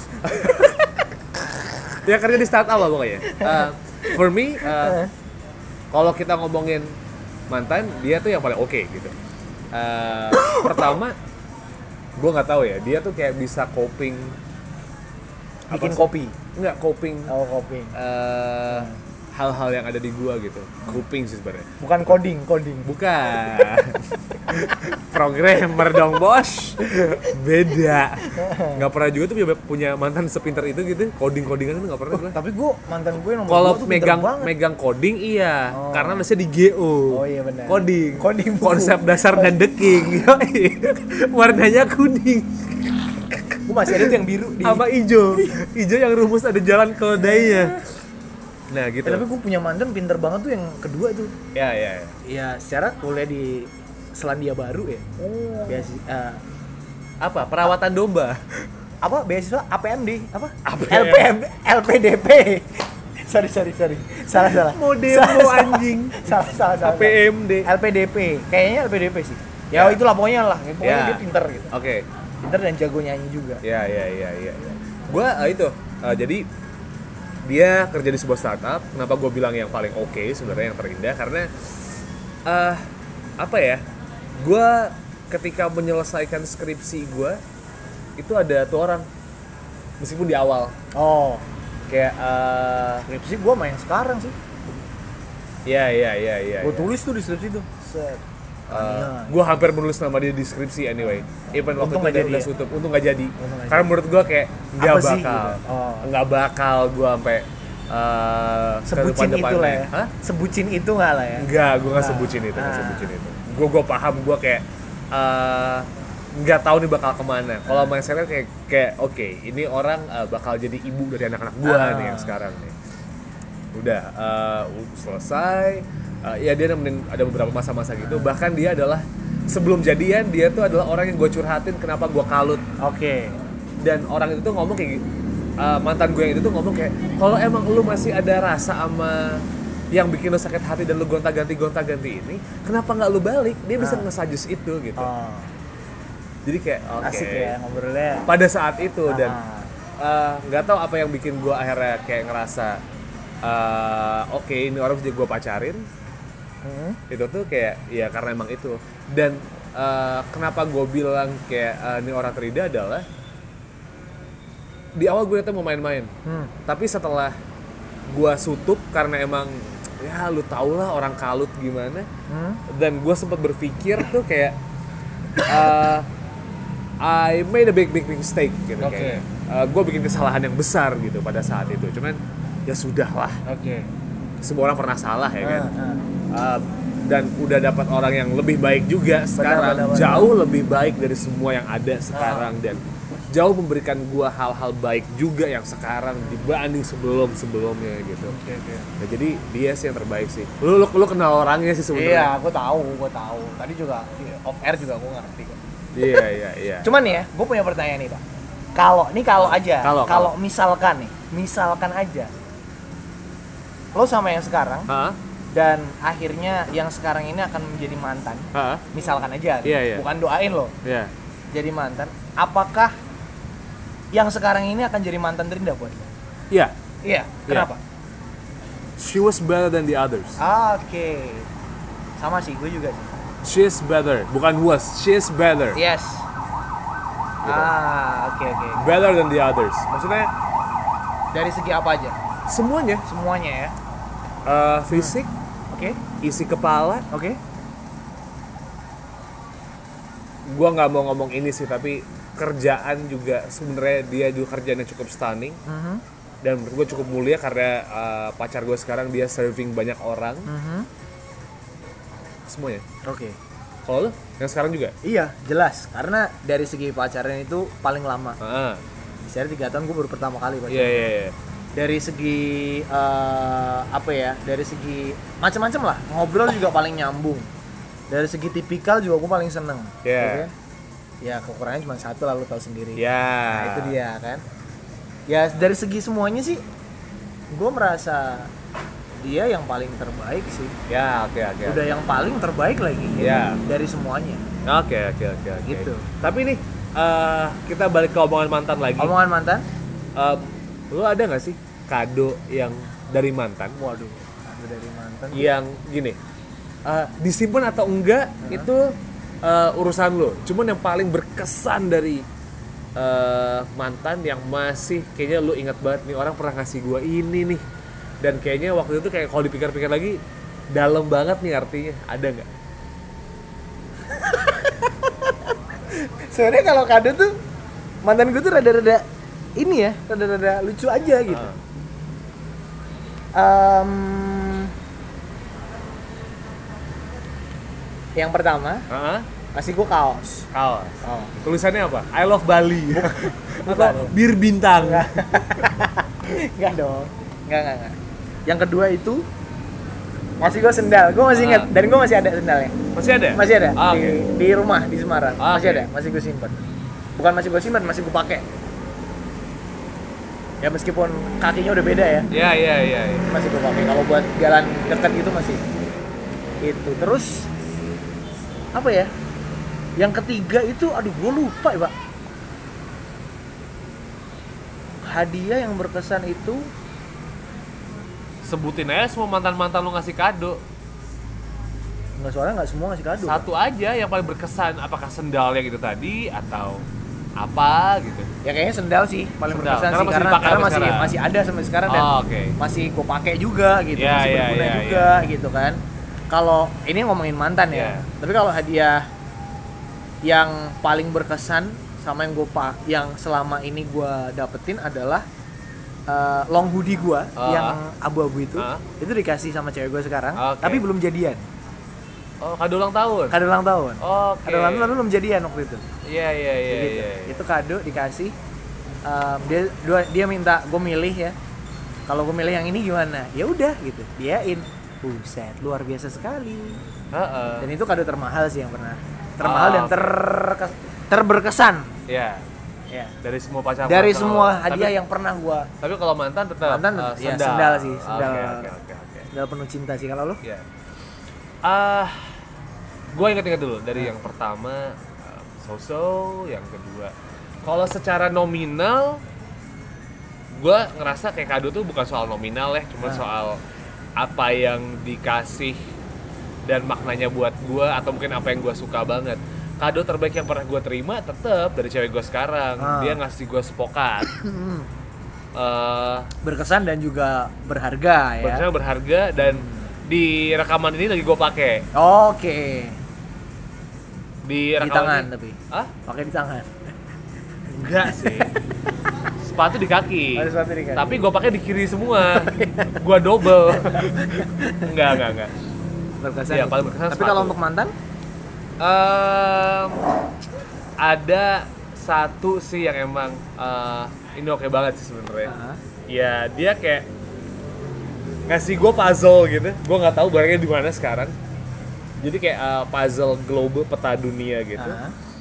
Ya kerja di startup lah pokoknya. For me, kalau kita ngomongin mantan, dia tuh yang paling oke gitu. Pertama, gue nggak tahu ya, dia tuh kayak bisa coping. Bikin kopi. Enggak, coping. Kopi. Hal-hal yang ada di gua gitu. Coping sih sebenarnya. Bukan coding. Bukan. Programmer dong, bos. Beda. Nggak pernah juga tuh punya mantan sepinter itu gitu. Codingan itu nggak pernah gua. Tapi mantan gue nomor Kalau 2 tuh pinter banget. megang coding iya, karena masih di GO. Oh iya benar. Coding buku. konsep dasar dan deking. Warnanya kuning Gue masih ada tuh yang biru di. sama hijau yang rumus ada jalan keledainya. Nah gitu. Tapi gue punya mantan pinter banget tuh yang kedua tuh. Ya. Ya secara kuliah di Selandia Baru ya. Beasiswa Apa? Perawatan domba. apa beasiswa APMD apa? APM. LPDP. Sorry. Salah. Mau demo anjing. Salah. APMD. LPDP. Kayaknya LPDP sih. Ya itulah pokoknya lah. Pokoknya Ya. dia pinter gitu. Oke. Pinter dan jago nyanyi juga. Ya. Gua jadi dia kerja di sebuah startup. Kenapa gue bilang yang paling oke sebenarnya, yang terindah, karena apa ya? Gue ketika menyelesaikan skripsi gue itu ada tuh orang, meskipun di awal Oh, kayak skripsi gue main sekarang sih. Iya. Gue tulis tuh deskripsi tuh. Set. Gue hampir menulis nama dia di deskripsi anyway. Even waktu Untung itu nggak jadi udah ya? tutup, untung nggak jadi. Untung nggak Karena menurut gue kayak nggak Apa sih, bakal, gitu? Oh. nggak bakal gue sampai Sebucin itu lah ya. Hah? Sebucin itu nggak lah ya. Enggak, gue nggak Nah. sebutin itu, nggak Nah. sebutin itu. Gue paham, gue kayak nggak tahu nih bakal kemana. Kalau mindsetnya kayak oke, ini orang bakal jadi ibu dari anak-anak gue nih yang sekarang nih. Udah selesai. Ya dia nemenin ada beberapa masa-masa gitu. Bahkan dia adalah sebelum jadian dia tuh adalah orang yang gue curhatin kenapa gue kalut. Oke. Dan orang itu tuh ngomong kayak mantan gue yang itu tuh ngomong kayak kalau emang lu masih ada rasa sama yang bikin lu sakit hati dan lu gonta-ganti ini, kenapa nggak lu balik? Dia bisa nge-suggest itu gitu. Oh. Jadi kayak oke. Asik ya ngobrolnya. Pada saat itu dan nggak tahu apa yang bikin gue akhirnya kayak ngerasa oke, ini orang jadi gue pacarin. Itu tuh kayak ya karena emang itu. Dan kenapa gue bilang kayak ini orang terida adalah di awal gue itu mau main-main, tapi setelah gue sutup karena emang ya lu tau lah orang kalut gimana, dan gue sempat berpikir tuh kayak I made a big mistake gitu. Oke. Gue bikin kesalahan yang besar gitu pada saat itu, cuman ya sudah lah, Oke. semua orang pernah salah ya kan. Dan udah dapat orang yang lebih baik juga sekarang, Benar. jauh lebih baik dari semua yang ada sekarang, dan jauh memberikan gua hal-hal baik juga yang sekarang dibanding sebelumnya gitu. Nah, jadi dia sih yang terbaik sih. Lu kenal orangnya sih sebenarnya. Iya, aku tahu. Tadi juga off air juga aku ngerti kok. Iya. Cuman ya, gue punya pertanyaan nih, Pak. Kalau misalkan aja lo sama yang sekarang Hah? dan akhirnya yang sekarang ini akan menjadi mantan. Hah? Misalkan aja, Iya. bukan doain lo Iya. jadi mantan. Apakah yang sekarang ini akan jadi mantan terindah buat lo? Iya. Iya, kenapa? She was better than the others. Oke. Sama sih, gue juga sih. She's better, bukan was. She's better. Yes. Oke. Better than the others. Maksudnya Dari segi apa aja? semuanya. Semuanya ya. Fisik, Oke. isi kepala. Oke. Gua nggak mau ngomong ini sih, tapi kerjaan juga sebenarnya dia juga kerjaan yang cukup stunning. Dan menurut gue cukup mulia karena pacar gue sekarang dia serving banyak orang. Semuanya. Oke. Kalau lu yang sekarang juga? Iya, jelas. Karena dari segi pacaran itu paling lama. Misalnya 3 tahun gue baru pertama kali pacaran. Iya. Dari segi dari segi macam-macam lah, ngobrol juga paling nyambung. Dari segi tipikal juga gue paling seneng. Iya. Ya kekurangannya cuma satu, lalu tahu sendiri. Iya. Nah itu dia kan. Ya dari segi semuanya sih gue merasa dia yang paling terbaik sih. Ya, oke. Udah yang paling terbaik lagi Ya. dari semuanya. Oke. Gitu. Tapi nih kita balik ke omongan mantan lagi. Omongan mantan? Lu ada nggak sih kado yang dari mantan? Waduh, kado dari mantan. Yang gini, disimpan atau enggak itu urusan lo. Cuman yang paling berkesan dari mantan yang masih kayaknya lu ingat banget nih, orang pernah ngasih gua ini nih, dan kayaknya waktu itu kayak kalau dipikir-pikir lagi dalam banget nih artinya, ada nggak? Sebenarnya kalau kado tuh mantan gue tuh rada-rada ini ya, rada-rada lucu aja gitu. Yang pertama, kasih gue kaos. Tulisannya apa? I love Bali. Bukan. Bir bintang. Enggak dong. Enggak. Yang kedua itu ngasih gue sendal. Gue masih ingat dan gue masih ada sendalnya. Masih ada? Masih ada Okay. di rumah di Semarang. Masih ada, masih gue simpan. Bukan masih gue simpan, masih gue pakai. Ya meskipun kakinya udah beda ya. Iya. Masih gue pakai. Kalau buat jalan dekat gitu masih. Itu. Terus apa ya? Yang ketiga itu aduh gue lupa ya, Pak. Hadiah yang berkesan itu Sebutin aja semua mantan-mantan lu ngasih kado. soalnya nggak semua ngasih kado. Satu aja yang paling berkesan, apakah sendal yang itu tadi atau apa gitu. Ya kayaknya sendal sih paling Sendal. berkesan Karena sih masih karena dipakai sampai masih sekarang. masih ada sampai sekarang dan Oke. masih gue pakai juga gitu, Ya, masih ya, berguna ya, juga gitu kan. Kalau ini ngomongin mantan ya. Ya. Tapi kalau hadiah yang paling berkesan sama yang selama ini gue dapetin adalah long hoodie gue yang abu-abu itu dikasih sama cewek gue sekarang, tapi belum jadian. Oh, kado ulang tahun. Kado ulang tahun. Oke. Kado ulang tahun tapi belum jadian waktu itu. Iya. Gitu. Itu kado dikasih. Dia minta gue milih ya. Kalau gue milih yang ini gimana? Ya udah gitu. Diain. Buset, luar biasa sekali. Dan itu kado termahal sih yang pernah. Termahal dan terberkesan. Iya. Ya. Dari semua pacar. Dari semua hadiah yang pernah gue. Tapi kalau mantan tetap Ya sendal sih, sendal. Oke. Sendal penuh cinta sih kalau lo. Iya. Gue inget dulu dari yang pertama so-so, yang kedua. Kalau secara nominal, gue ngerasa kayak kado tuh bukan soal nominal ya, cuma soal apa yang dikasih dan maknanya buat gue atau mungkin apa yang gue suka banget. Kado terbaik yang pernah gue terima tetap dari cewek gue sekarang. Dia ngasih gue sepokat. Berkesan dan juga berharga ya. Berharga dan di rekaman ini lagi gue pakai. Oke. Di tangan ini, tapi. Hah? Pakai di tangan. Enggak sih. Sepatu di kaki. Sepatu di kaki. Tapi gue pakai di kiri semua. Gue double. Enggak. Berkesan. Iya, paling berkesan. Tapi kalau untuk mantan? Ada satu sih yang emang ini oke banget sih sebenarnya. Ya dia kayak ngasih gue puzzle gitu. Gue nggak tahu barangnya di mana sekarang. Jadi kayak puzzle global peta dunia gitu.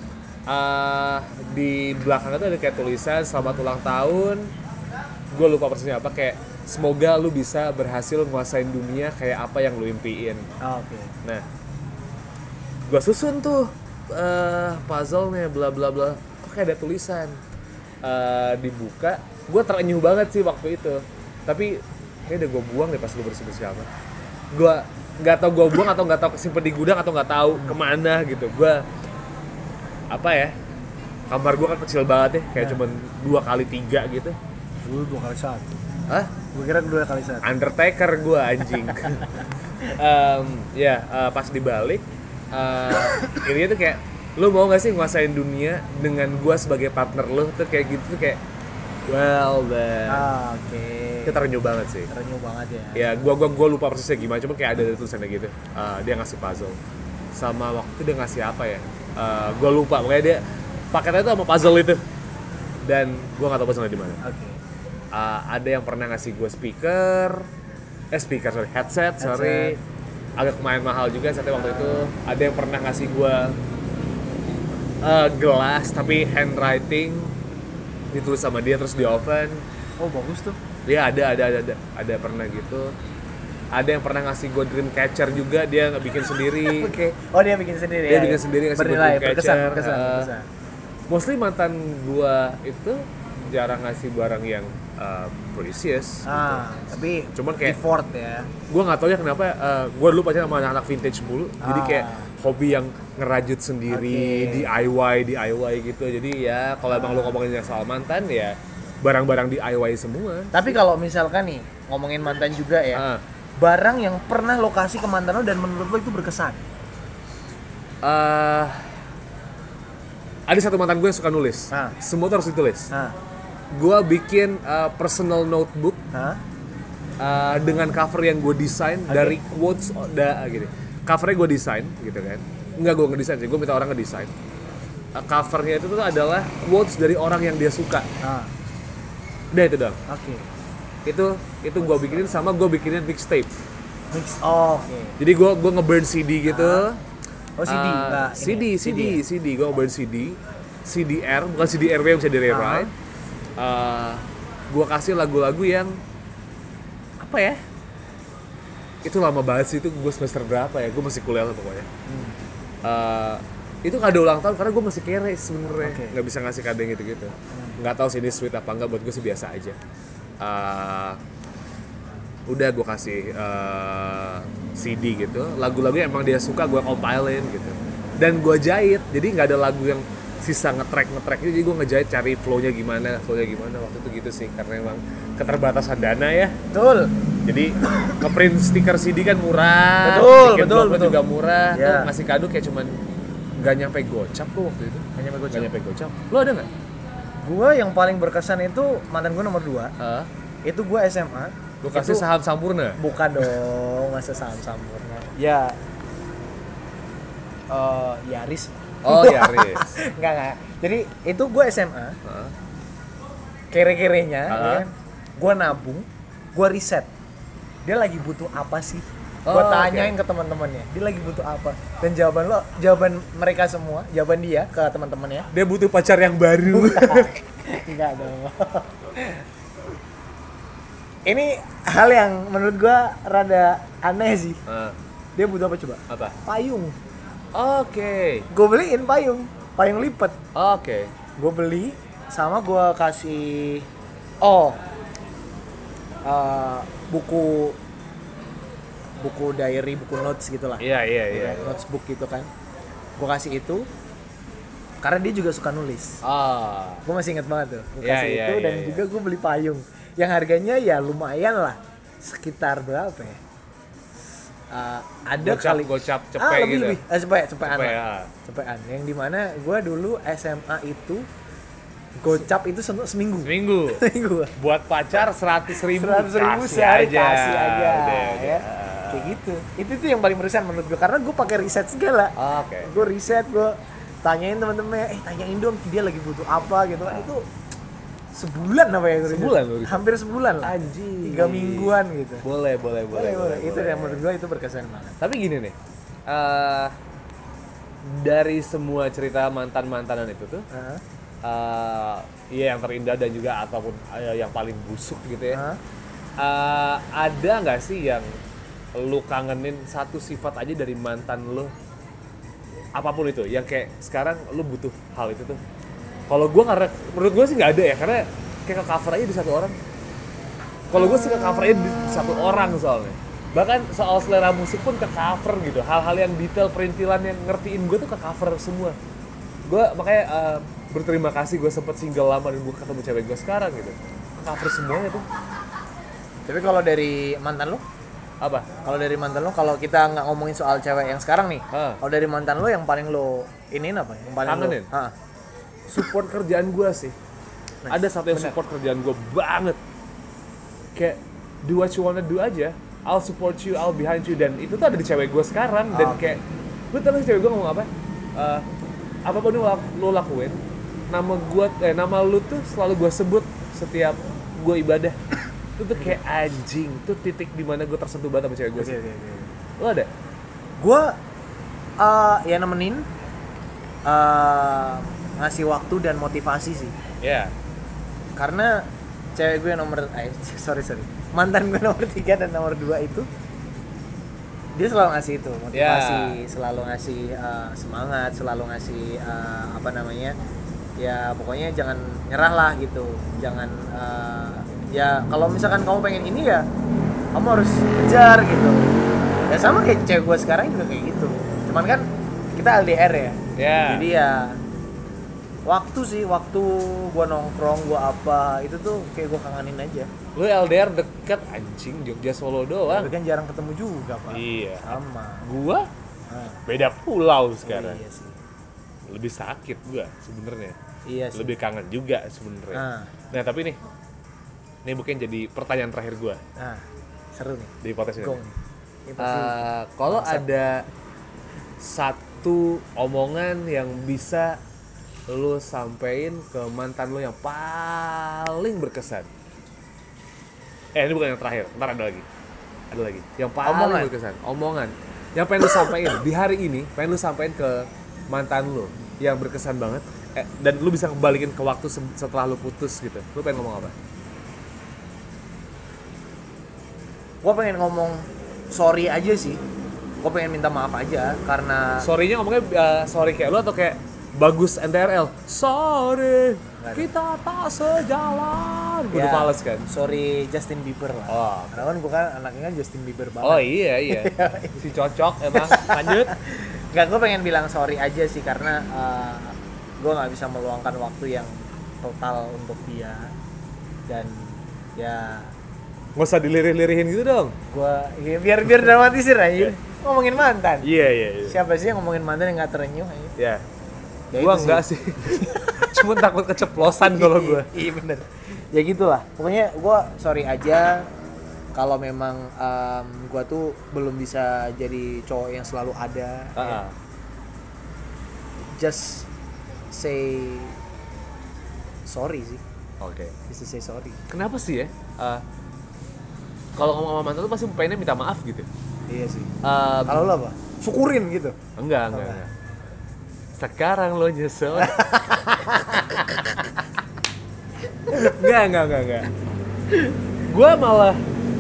Di belakangnya tuh ada kayak tulisan selamat ulang tahun. Gue lupa persisnya apa, kayak semoga lu bisa berhasil nguasain dunia kayak apa yang lu impiin. Oke. Nah, gue susun tuh puzzle-nya bla bla bla. Kok kayak ada tulisan. Dibuka, gue terenyuh banget sih waktu itu. Tapi kayak udah gue buang deh pas gue bersih-bersih kamar. Gue nggak tahu gue buang atau nggak tahu kesimpan di gudang atau nggak tahu kemana gitu. Gue apa ya, kamar gue kan kecil banget ya, kayak cuman 2x3 gitu. Gue 2x1. Hah? Gue kira 2x1. Undertaker gue anjing. Pas dibalik ini tuh kayak lu mau gak sih nguasain dunia dengan gue sebagai partner lu tuh kayak gitu tuh kayak well then. Oke. Itu terenyuh banget sih. Terenyuh banget ya. Ya gue lupa persisnya gimana, cuma kayak ada tulisannya gitu. Dia ngasih puzzle. Sama waktu itu dia ngasih apa ya? Gue lupa, pokoknya dia paketnya itu sama puzzle itu. Dan gue nggak tahu puzzle-nya di mana. Oke. Ada yang pernah ngasih gue headset. Agak lumayan mahal juga saat waktu itu. Ada yang pernah ngasih gue gelas tapi handwriting, ditulis sama dia terus di oven. Oh bagus tuh. Iya ada pernah gitu. Ada yang pernah ngasih gue dream catcher juga, dia nggak bikin sendiri. Oke. Oh dia bikin sendiri. Dia bikin sendiri, ngasih gue dream catcher. Berkesan. Mostly mantan gue itu jarang ngasih barang yang precious. Tapi cuman kayak effort ya. Gue nggak tahu ya kenapa. Gue dulu pacaran sama anak-anak vintage mulu. Jadi kayak hobi yang ngerajut sendiri, DIY gitu. Jadi ya kalau emang lu ngomongin soal mantan ya barang-barang DIY semua. Tapi kalau misalkan nih ngomongin mantan juga ya, barang yang pernah lo kasih ke mantan lo dan menurut lo itu berkesan. Ada satu mantan gue yang suka nulis. Semua tuh harus ditulis. Gue bikin personal notebook dengan cover yang gue desain dari quotes gitu. Covernya gue desain gitu kan. Enggak gue ngedesain sih, gue minta orang ngedesain. Covernya itu tuh adalah quotes dari orang yang dia suka. Udah itu dong. Oke. Itu gue bikinin sama gue bikinin mixtape. Oke. Jadi gue nge-burn CD gitu. CD. CD. Gue nge-burn CD. CDR, bukan CDRW yang bisa di-rewrite. Gue kasih lagu-lagu yang apa ya? Itu lama banget sih, itu gue semester berapa ya? Gue masih kuliah lah pokoknya. Itu kado ulang tahun karena gue masih kere sebenarnya, nggak bisa ngasih kado yang gitu-gitu. Nggak tahu sih ini sweet apa enggak, buat gue sih biasa aja. Udah gue kasih CD gitu, lagu-lagu yang emang dia suka gue compile-in gitu. Dan gue jahit, jadi nggak ada lagu yang sisa nge-track jadi gue ngejahit cari flow-nya gimana waktu itu gitu sih, karena emang keterbatasan dana ya. Betul. Jadi ngeprint stiker CD kan murah, Betul. juga murah, Ya. tuh ngasih kado kayak cuman nggak nyampe gocap tuh waktu itu. Nggak nyampe gocap. Lo ada nggak? Gua yang paling berkesan itu mantan gua nomor 2. Itu gua SMA. Lo kasih Itu- saham Sampurna? Bukan dong, masa saham sampurna. Ya. Yaris. Oh Yaris. Enggak. Jadi itu gue SMA. Kere-kerenya, ya kan? Gue nabung, gue riset. Dia lagi butuh apa sih? Gue tanyain ke teman-temannya, dia lagi butuh apa? Dan jawaban mereka semua, jawaban dia ke teman-temannya. Dia butuh pacar yang baru. Enggak dong. Ini hal yang menurut gue rada aneh sih. Dia butuh apa coba? Apa? Payung. Oke. Gue beliin payung lipat. Oke. Gue beli sama gue kasih buku diary, buku notes gitulah. Iya. Notes book gitu kan. Gue kasih itu karena dia juga suka nulis. Gue masih inget banget tuh. Gue kasih itu dan juga gue beli payung yang harganya ya lumayan lah, sekitar berapa ya? Ada gocap cepet gitu. lebih. Cepean. Yang dimana gue dulu SMA itu gocap itu seminggu. Seminggu. Buat pacar 100.000. 100.000 sehari kasih aja. Ya. Kayak gitu. Itu tuh yang paling berkesan menurut gue karena gue pakai riset segala. Oke. Gue riset, gue tanyain teman-temannya, tanyain dong dia lagi butuh apa gitu. Itu sebulan apa ya? Sebulan lu? Hampir sebulan lah. Anjing. 3 mingguan gitu. Boleh. Itu yang menurut gue itu berkesan banget. Tapi gini nih. Dari semua cerita mantan-mantanan itu tuh, iya yang terindah dan juga ataupun yang paling busuk gitu ya. Ada nggak sih yang lu kangenin satu sifat aja dari mantan lu? Apapun itu, yang kayak sekarang lu butuh hal itu tuh. Kalau gue karena menurut gue sih nggak ada ya, karena kayak ke cover aja di satu orang. Kalau gue sih ke cover aja di satu orang soalnya. Bahkan soal selera musik pun ke cover gitu. Hal-hal yang detail perintilan yang ngertiin gue tuh ke cover semua. Gue makanya berterima kasih gue sempet single lama dan gue ketemu cewek gue sekarang gitu. Ke cover semuanya tuh. Tapi kalau dari mantan lo? Apa? Kalau dari mantan lo, kalau kita nggak ngomongin soal cewek yang sekarang nih, kalau dari mantan lo yang paling lo iniin apa? Yang paling kangenin? Support kerjaan gue sih. Ada satu yang support kerjaan gue banget. Kayak do what you wanna do aja. I'll support you, I'll behind you. Dan itu tuh ada di cewek gue sekarang. Dan kayak, lu tahu cewek gue ngomong apa? Apapun yang lo lakuin, nama lu tuh selalu gue sebut setiap gue ibadah. Itu tuh kayak anjing. Itu titik dimana gue tersentuh banget sama cewek gue sih. Lo ada? Gue ya nemenin, ngasih waktu dan motivasi sih. Iya. Karena cewek gue sorry mantan gue nomor 3 dan nomor 2 itu dia selalu ngasih itu motivasi, selalu ngasih semangat, selalu ngasih ya pokoknya jangan nyerah lah gitu, jangan ya kalau misalkan kamu pengen ini ya kamu harus kejar gitu. Ya sama kayak cewek gue sekarang juga kayak gitu, cuman kan kita LDR ya. Jadi ya waktu gue nongkrong, gue apa itu tuh kayak gue kangenin aja. Lu LDR deket anjing, Jogja Solo doang. Tapi kan jarang ketemu juga pak. Iya. Sama. Gua beda pulau sekarang. Iya sih. Lebih sakit gua sebenarnya. Iya sih. Lebih kangen juga sebenarnya. Nah tapi nih mungkin jadi pertanyaan terakhir gua. Seru nih. Di podcast ini. Kalau ada satu omongan yang bisa lu sampein ke mantan lu yang paling berkesan. Ini bukan yang terakhir, ntar ada lagi. Yang paling berkesan, omongan. Yang pengen lu sampein di hari ini, pengen lu sampein ke mantan lu yang berkesan banget. Dan lu bisa kembaliin ke waktu setelah lu putus gitu. Lu pengen ngomong apa? Gua pengen ngomong sorry aja sih. Gua pengen minta maaf aja karena. Sorry-nya ngomongnya sorry kayak lu atau kayak Bagus NTRL, sorry kita tak sejalan, gue udah males kan. Sorry Justin Bieber lah. Karena kan gue kan anaknya kan Justin Bieber banget. Oh iya si cocok emang. Lanjut. Nggak, gue pengen bilang sorry aja sih karena gue nggak bisa meluangkan waktu yang total untuk dia. Dan ya Nggak usah dilirih-lirihin gitu dong. gue ya, biar dramatisir aja ngomongin mantan. Iya. Siapa sih yang ngomongin mantan yang nggak terenyuh aja? Ya. Ya Gua itu enggak sih. Cuma takut keceplosan kalau gua. Iya bener. Ya gitulah. Pokoknya gue sorry aja kalau memang gue tuh belum bisa jadi cowok yang selalu ada. Ya. Just say sorry sih. Oke. Just to say sorry. Kenapa sih ya? Kalau ngomong sama mantan tuh pasti pengennya minta maaf gitu. Iya sih. Um, Kalau lo apa? Syukurin gitu. Enggak. Sekarang lo nyesel. Enggak. Gua malah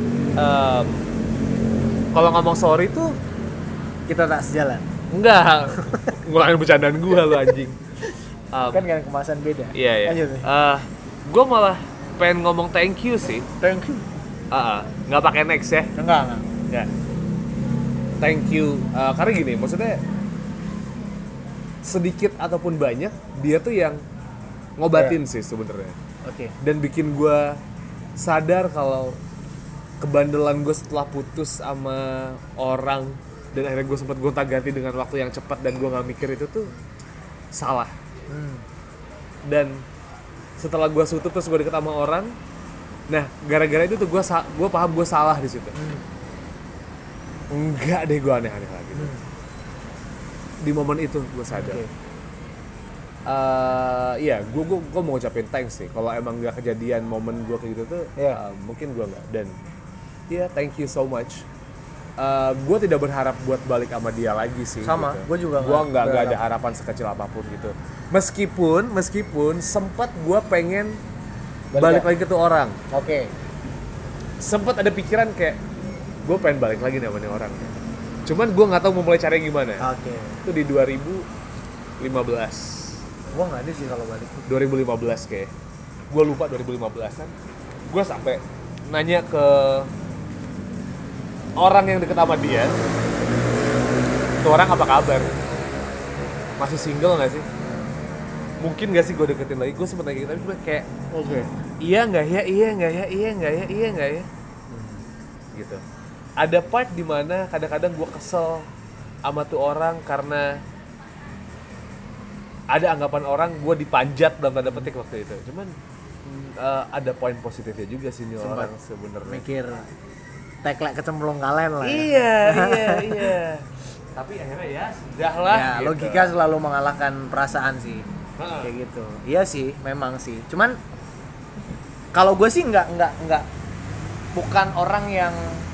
kalau ngomong sorry tuh Kita tak sejalan. enggak. Ngulangin bercandaan gua lo anjing. Kan kemasan beda. Iya. Lanjut nih. Gua malah pengen ngomong thank you sih. Thank you. Nggak pakai next ya. Enggak. Thank you. Karena gini, maksudnya sedikit ataupun banyak dia tuh yang ngobatin sih sebenarnya. Oke. Dan bikin gue sadar kalau kebandelan gue setelah putus sama orang dan akhirnya gue sempat gonta-ganti dengan waktu yang cepat dan gue nggak mikir itu tuh salah. Dan setelah gue tutup terus gue deket sama orang, nah gara-gara itu tuh gue paham gue salah di situ. Enggak deh, gue aneh-aneh lagi. Di momen itu gue sadar. Iya, gue mau ngucapin thanks sih. Kalau emang gak kejadian momen gue kayak gitu tuh, mungkin gue nggak. Dan thank you so much. Gue tidak berharap buat balik sama dia lagi sih. Sama, gitu. gue juga Gue nggak ada harapan sekecil apapun gitu. Meskipun sempat gue pengen balik lagi ke tuh orang. Oke. Sempat ada pikiran kayak gue pengen balik lagi nih sama nih orang. Cuman gue nggak tahu mau mulai caranya gimana. Oke. Itu di 2015. Gue nggak ada sih kalau balik. 2015 kayak. Gue lupa 2015an. Gue sampai nanya ke orang yang deket sama dia. Tuh orang apa kabar? Masih single nggak sih? Mungkin nggak sih gue deketin lagi? Gue sempet nanya gitu, tapi gue kayak iya nggak ya? Gitu. Ada part dimana kadang-kadang gue kesel sama tuh orang karena ada anggapan orang gue dipanjat dalam tanda petik waktu itu. Cuman ada poin positifnya juga sih nih orang sebenarnya. Mikir teklek kecemplung kalen lah. Iya. Tapi akhirnya ya sudah lah. Ya, gitu. logika selalu mengalahkan perasaan sih. Kayak gitu. Iya sih, memang sih. Cuman kalau gue sih nggak bukan orang yang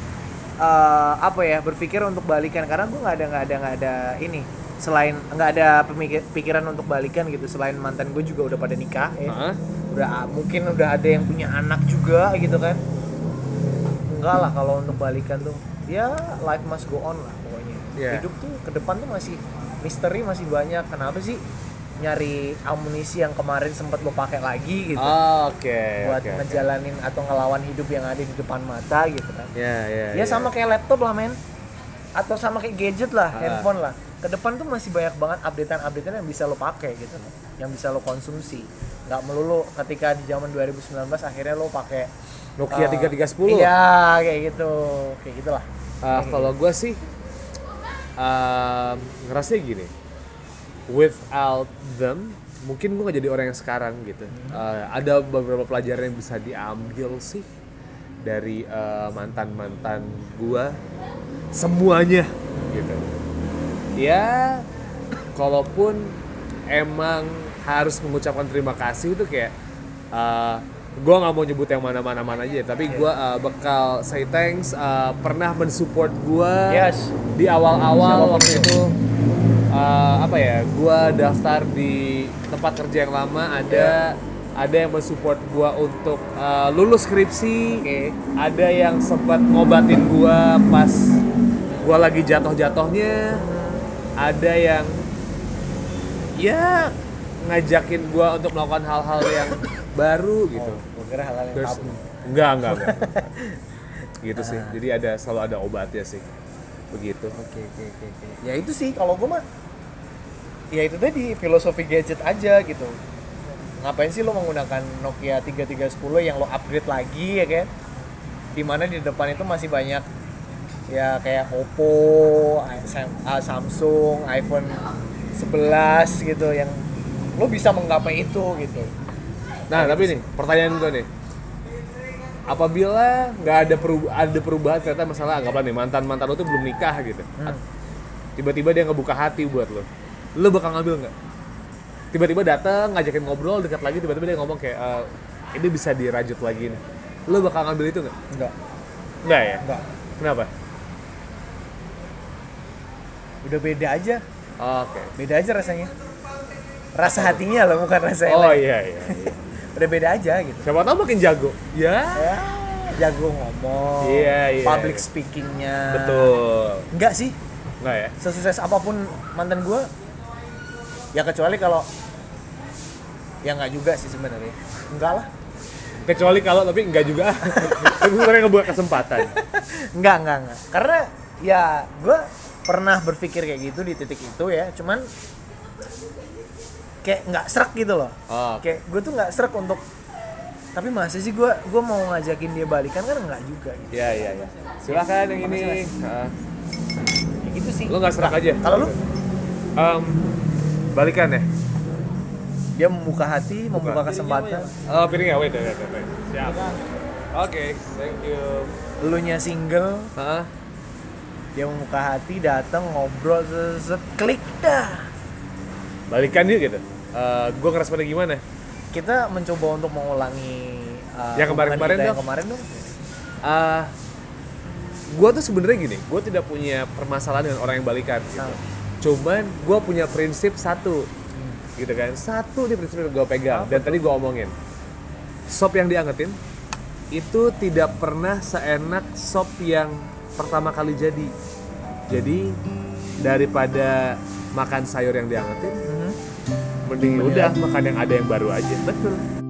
berpikir untuk balikan, karena gue nggak ada ini, selain nggak ada pikiran untuk balikan gitu. Selain mantan gue juga udah pada nikah ya. Mungkin udah ada yang punya anak juga gitu kan. Enggak lah kalau untuk balikan tuh ya life must go on lah pokoknya. Hidup tuh ke depan tuh masih misteri, masih banyak. Kenapa sih nyari amunisi yang kemarin sempat lo pakai lagi gitu. Buat ngejalanin atau ngelawan hidup yang ada di depan mata gitu kan. Ya sama kayak laptop lah men. Atau sama kayak gadget lah, handphone lah. Ke depan tuh masih banyak banget updatean yang bisa lo pakai gitu loh. Yang bisa lo konsumsi. Nggak melulu ketika di zaman 2019 akhirnya lo pakai Nokia 3310. Iya, kayak gitu. Kayak gitulah. Kalau gue sih ngerasa gini. Without them, mungkin gue gak jadi orang yang sekarang gitu. Ada beberapa pelajaran yang bisa diambil sih dari mantan-mantan gue. Semuanya gitu. Ya, kalaupun emang harus mengucapkan terima kasih itu kayak gue nggak mau nyebut yang mana aja, tapi gue bakal say thanks pernah mensupport gue di awal-awal waktu itu. Gue daftar di tempat kerja yang lama, ada yang mensupport gue untuk lulus skripsi, ada yang sempat ngobatin gue pas gue lagi jatuh-jatuhnya, ada yang ngajakin gue untuk melakukan hal-hal yang baru gitu. Gue kira hal-hal yang tabu. Enggak. Gitu sih. Jadi selalu ada obatnya sih. Begitu. Oke. Ya itu sih kalau gue mah ya itu tadi filosofi gadget aja gitu. Ngapain sih lo menggunakan Nokia 3310 yang lo upgrade lagi ya kan? Dimana di depan itu masih banyak ya kayak Oppo, Samsung, iPhone 11 gitu yang lo bisa menggapai itu gitu. Nah, tapi nih pertanyaan gue nih, apabila nggak ada perubahan ternyata masalah anggaplah nih mantan lo tuh belum nikah gitu, tiba-tiba dia ngebuka hati buat lo bakal ngambil nggak? Tiba-tiba datang ngajakin ngobrol dekat lagi, tiba-tiba dia ngomong kayak ini bisa dirajut lagi nih, lo bakal ngambil itu nggak? Nggak ya? Enggak. Kenapa? Udah beda aja. Oke. Beda aja rasanya. Rasa hatinya loh, bukan rasa yang Oh lain. iya. Udah beda aja gitu. Siapa tahu makin jago. Ya. Jago ngomong. Iya. Public speakingnya. Betul. Enggak sih. Enggak ya? Sesukses apapun mantan gue, ya kecuali kalau ya nggak juga sih sebenarnya. Enggak lah. Kecuali kalau tapi enggak juga. Tapi sebenarnya ngebuka kesempatan. Enggak. Karena ya gue pernah berpikir kayak gitu di titik itu ya. Cuman kayak nggak serak gitu loh. Kayak gue tuh nggak serak untuk, tapi masa sih gue mau ngajakin dia balikan kan nggak juga gitu. Iya. Silakan yang ini. Ya gitu sih. Lo nggak serak aja. Kalau lu balikan ya. dia membuka hati, membuka kesempatan. Oh, piringnya wait. Siap. Oke, thank you. Elunya single, dia membuka hati, datang ngobrol, klik dah. Balikan yuk gitu. Gue ngeresponnya gimana? Kita mencoba untuk mengulangi yang kemarin-kemarin dong. Yang kemarin dong. Gue tuh sebenarnya gini, gue tidak punya permasalahan dengan orang yang balikan gitu. Cuman gue punya prinsip satu, gitu kan. Satu di prinsip yang gue pegang, dan tadi gue omongin, sop yang diangetin itu tidak pernah seenak sop yang pertama kali jadi. Jadi daripada makan sayur yang diangetin, mending udah makan yang ada yang baru aja. Betul.